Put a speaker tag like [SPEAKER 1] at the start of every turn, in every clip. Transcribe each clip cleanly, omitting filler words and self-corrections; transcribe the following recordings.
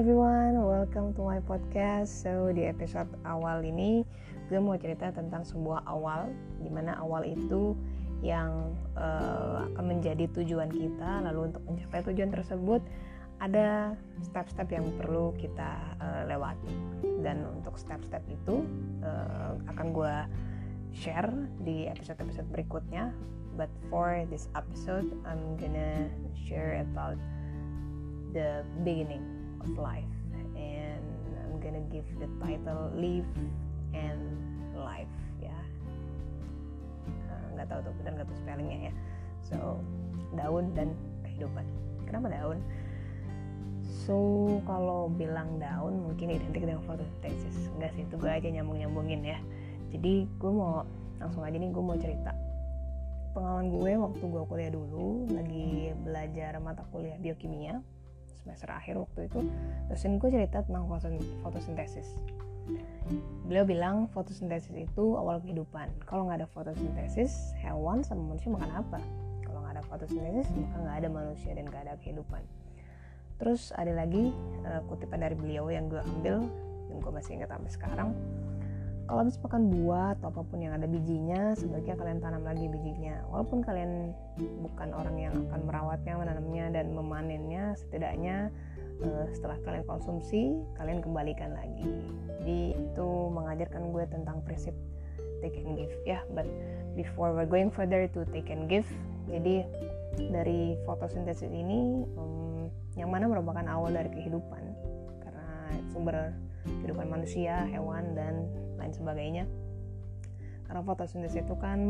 [SPEAKER 1] everyone, welcome to my podcast. So di episode awal ini gue mau cerita tentang sebuah awal, dimana awal itu yang akan menjadi tujuan kita. Lalu untuk mencapai tujuan tersebut ada step-step yang perlu kita lewati. Dan untuk step-step itu akan gue share di episode-episode berikutnya. But for this episode, I'm gonna share about the beginning of life, and I'm gonna give the title Live and Life, ya. Nggak tahu tuh benar nggak tuh spellingnya ya. So daun dan kehidupan. Kenapa daun? So kalau bilang daun mungkin identik dengan fotosintesis. Enggak sih, itu gue aja nyambungin ya. Jadi gue mau langsung aja nih, gue mau cerita pengalaman gue waktu gue kuliah dulu, lagi belajar mata kuliah biokimia semester akhir waktu itu. Dosen gue cerita tentang fotosintesis. Beliau bilang fotosintesis itu awal kehidupan. Kalau nggak ada fotosintesis, hewan sama manusia makan apa? Kalau nggak ada fotosintesis, maka nggak ada manusia dan nggak ada kehidupan. Terus ada lagi kutipan dari beliau yang gue ambil dan gue masih ingat sampai sekarang. Kalau habis makan buah atau apapun yang ada bijinya, sebaiknya kalian tanam lagi bijinya. Walaupun kalian bukan orang yang akan merawatnya, menanamnya, dan memanennya, setidaknya setelah kalian konsumsi, kalian kembalikan lagi. Jadi itu mengajarkan gue tentang prinsip take and give ya. But before we're going further to take and give, jadi dari fotosintesis ini yang mana merupakan awal dari kehidupan, karena sumber kehidupan manusia, hewan, dan lain sebagainya. Karena fotosintesis itu kan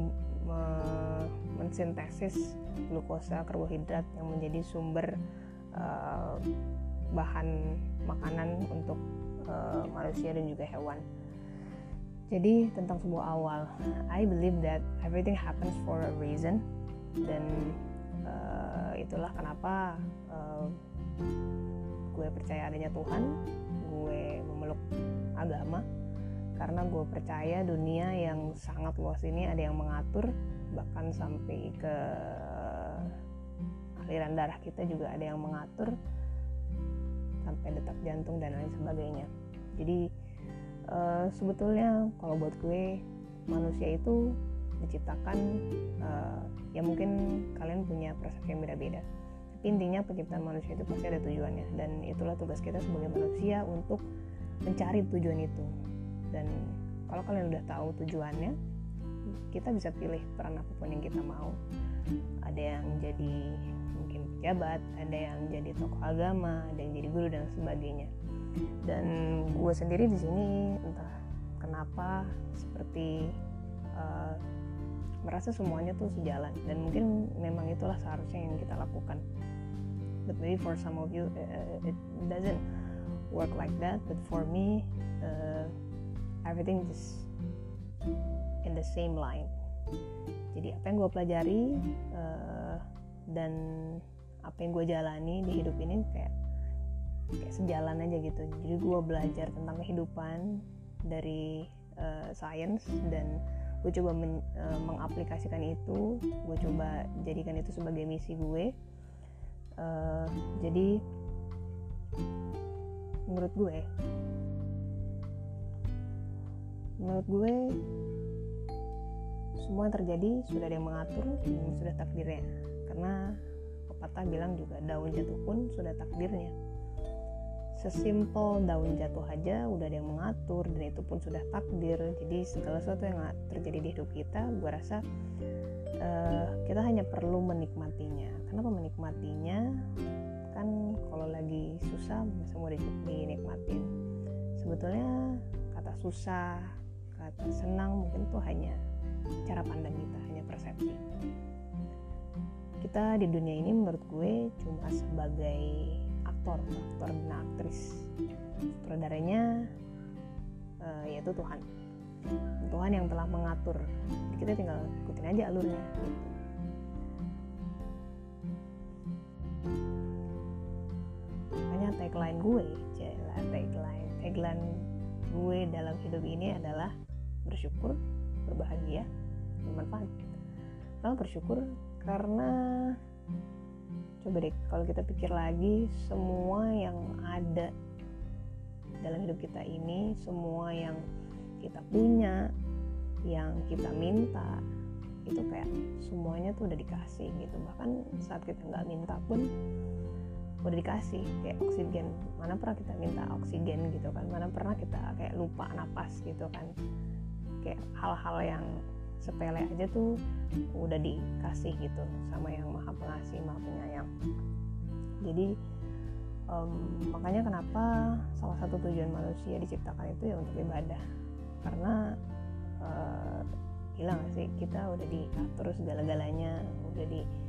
[SPEAKER 1] mensintesis glukosa, karbohidrat yang menjadi sumber bahan makanan untuk manusia dan juga hewan. Jadi tentang sebuah awal, I believe that everything happens for a reason, dan itulah kenapa gue percaya adanya Tuhan. Gue memeluk agama karena gue percaya dunia yang sangat luas ini ada yang mengatur, bahkan sampai ke aliran darah kita juga ada yang mengatur, sampai detak jantung dan lain sebagainya. Jadi sebetulnya kalau buat gue, manusia itu diciptakan ya mungkin kalian punya persepsi yang beda-beda, tapi intinya penciptaan manusia itu pasti ada tujuannya, dan itulah tugas kita sebagai manusia untuk mencari tujuan itu. Dan kalau kalian udah tahu tujuannya, kita bisa pilih peran apapun yang kita mau. Ada yang jadi mungkin pejabat, ada yang jadi tokoh agama, ada yang jadi guru dan sebagainya. Dan gue sendiri di sini entah kenapa seperti merasa semuanya tuh sejalan, dan mungkin memang itulah seharusnya yang kita lakukan. But maybe for some of you it doesn't work like that, but for me everything is in the same line. Jadi apa yang gue pelajari dan apa yang gue jalani di hidup ini kayak sejalan aja gitu. Jadi gue belajar tentang kehidupan dari sains, dan gue coba mengaplikasikan itu. Gue coba jadikan itu sebagai misi gue. Jadi menurut gue semua yang terjadi sudah ada yang mengatur dan sudah takdirnya. Karena pepatah bilang juga daun jatuh pun sudah takdirnya. Sesimpel daun jatuh aja udah ada yang mengatur, dan itu pun sudah takdir. Jadi segala sesuatu yang terjadi di hidup kita, gue rasa kita hanya perlu menikmatinya. Kenapa menikmatinya? Kan kalau lagi susah masa mau dinikmatin. Sebetulnya kata susah, kata senang mungkin itu hanya cara pandang kita, hanya persepsi. Kita di dunia ini menurut gue cuma sebagai aktor dan aktris. Sutradaranya yaitu Tuhan yang telah mengatur. Jadi kita tinggal ikutin aja alurnya gitu. Makanya tagline gue dalam hidup ini adalah bersyukur, berbahagia, bermanfaat. Kenapa bersyukur? Karena Coba deh kalau kita pikir lagi, semua yang ada dalam hidup kita ini, semua yang kita punya, yang kita minta, itu kayak semuanya tuh udah dikasih gitu. Bahkan saat kita nggak minta pun udah dikasih. Kayak oksigen, mana pernah kita minta oksigen gitu kan, mana pernah kita kayak lupa napas gitu kan. Kayak hal-hal yang sepele aja tuh udah dikasih gitu sama yang maha pengasih, maha penyayang. Jadi makanya kenapa salah satu tujuan manusia diciptakan itu ya untuk ibadah. Karena gila gak sih, kita udah diatur segala-galanya, udah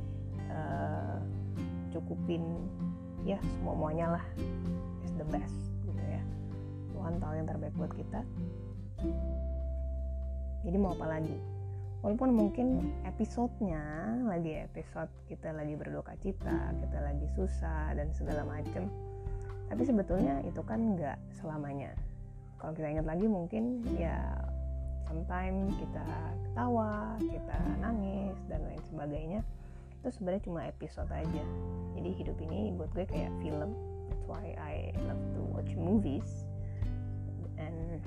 [SPEAKER 1] dicukupin ya semuanya lah, is the best gitu ya. Tuhan tahu yang terbaik buat kita, jadi mau apa lagi. Walaupun mungkin episode kita lagi berduka cita, kita lagi susah dan segala macem, tapi sebetulnya itu kan gak selamanya. Kalau kita ingat lagi mungkin ya sometimes kita ketawa, kita nangis dan lain sebagainya, itu sebenarnya cuma episode aja. Jadi hidup ini buat gue kayak film. That's why I love to watch movies. And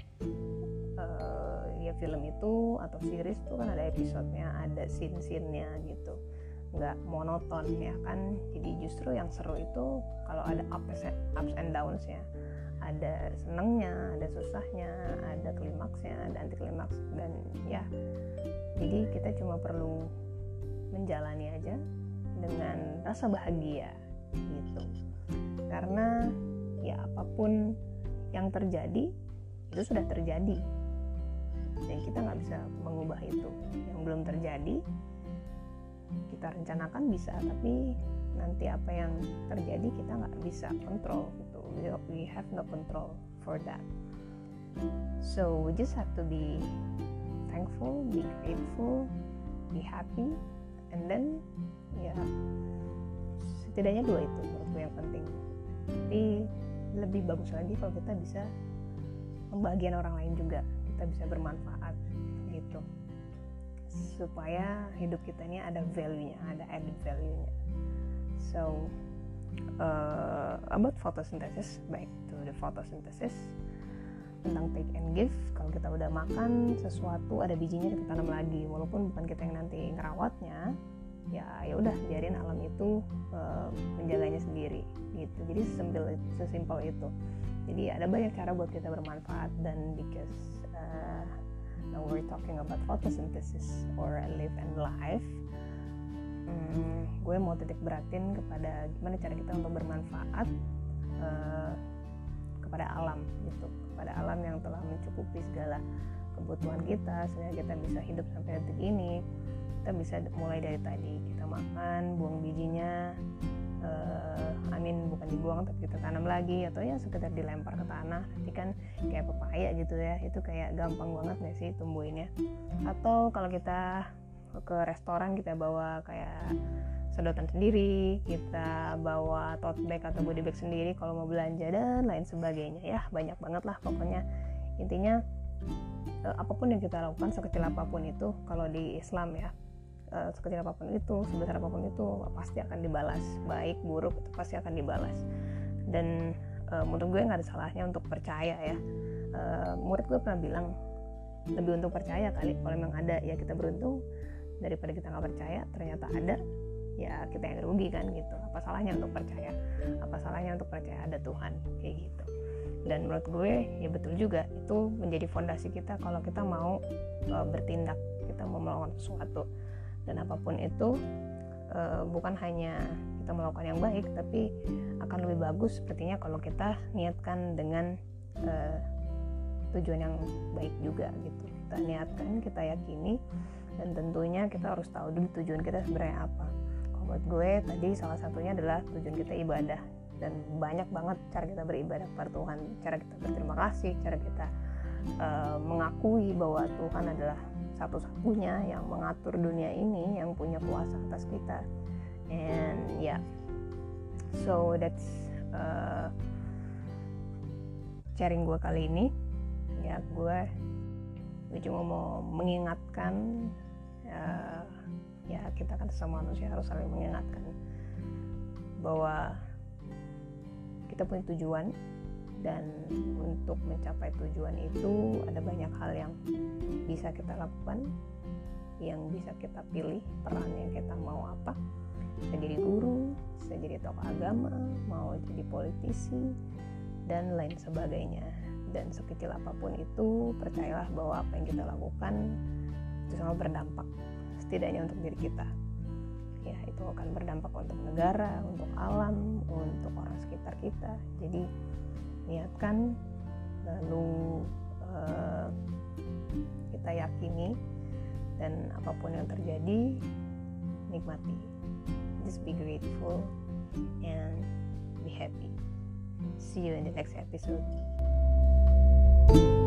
[SPEAKER 1] ya film itu atau series tuh kan ada episodenya, ada scene-scene-nya gitu, nggak monoton ya kan. Jadi justru yang seru itu kalau ada ups and downs ya, ada senengnya, ada susahnya, ada klimaksnya, ada anti klimaks, dan ya jadi kita cuma perlu menjalani aja dengan rasa bahagia gitu. Karena ya apapun yang terjadi itu sudah terjadi dan kita nggak bisa mengubah itu. Yang belum terjadi kita rencanakan bisa, tapi nanti apa yang terjadi kita nggak bisa kontrol gitu. We have no control for that. So we just have to be thankful, be grateful, be happy, and then ya setidaknya dua itu menurut gue yang penting. Tapi lebih bagus lagi kalau kita bisa membahagiakan orang lain juga, kita bisa bermanfaat gitu, supaya hidup kita ini ada value-nya, ada added value-nya. So about photosynthesis, back to the photosynthesis, tentang take and give. Kalau kita udah makan sesuatu, ada bijinya, kita tanam lagi, walaupun bukan kita yang nanti ngerawatnya, ya udah biarin alam itu menjaganya sendiri gitu. Jadi sesimpel itu. Jadi ada banyak cara buat kita bermanfaat, dan because now we're talking about photosynthesis or live and life, gue mau titik beratin kepada gimana cara kita untuk bermanfaat kepada alam gitu, kepada alam yang telah mencukupi segala kebutuhan kita sehingga kita bisa hidup sampai detik ini. Kita bisa mulai dari tadi, kita makan, buang bijinya, bukan dibuang tapi kita tanam lagi, atau ya sekedar dilempar ke tanah. Nanti kan kayak pepaya gitu ya, itu kayak gampang banget gak sih tumbuhinnya. Atau kalau kita ke restoran, kita bawa kayak sedotan sendiri, kita bawa tote bag atau body bag sendiri kalau mau belanja dan lain sebagainya. Ya banyak banget lah pokoknya. Intinya apapun yang kita lakukan, sekecil apapun itu, kalau di Islam ya, sekecil apapun itu, sebesar apapun itu, pasti akan dibalas. Baik buruk itu pasti akan dibalas. Dan menurut gue nggak ada salahnya untuk percaya ya. Murid gue pernah bilang, lebih untuk percaya kali. Kalau memang ada ya kita beruntung, daripada kita nggak percaya ternyata ada, ya kita yang rugi kan gitu. Apa salahnya untuk percaya? Apa salahnya untuk percaya ada Tuhan kayak gitu. Dan menurut gue ya betul juga, itu menjadi fondasi kita kalau kita mau bertindak, kita mau melakukan sesuatu. Dan apapun itu bukan hanya kita melakukan yang baik, tapi akan lebih bagus sepertinya kalau kita niatkan dengan tujuan yang baik juga gitu. Kita niatkan, kita yakini, dan tentunya kita harus tahu dulu tujuan kita sebenarnya apa. Kalau buat gue tadi salah satunya adalah tujuan kita ibadah, dan banyak banget cara kita beribadah kepada Tuhan, cara kita berterima kasih, cara kita mengakui bahwa Tuhan adalah satu-satunya yang mengatur dunia ini, yang punya kuasa atas kita. And yeah, so that's sharing gue kali ini. Ya gue cuma mau mengingatkan, ya kita kan sesama manusia harus saling mengingatkan bahwa kita punya tujuan, dan untuk mencapai tujuan itu ada banyak hal yang bisa kita lakukan, yang bisa kita pilih peran yang kita mau apa. Bisa jadi guru, bisa jadi tokoh agama, mau jadi politisi, dan lain sebagainya. Dan sekecil apapun itu, percayalah bahwa apa yang kita lakukan itu sangat berdampak, setidaknya untuk diri kita. Ya, itu akan berdampak untuk negara, untuk alam, untuk orang sekitar kita. Jadi niatkan, lalu kita yakini, dan apapun yang terjadi, nikmati. Just be grateful and be happy. See you in the next episode.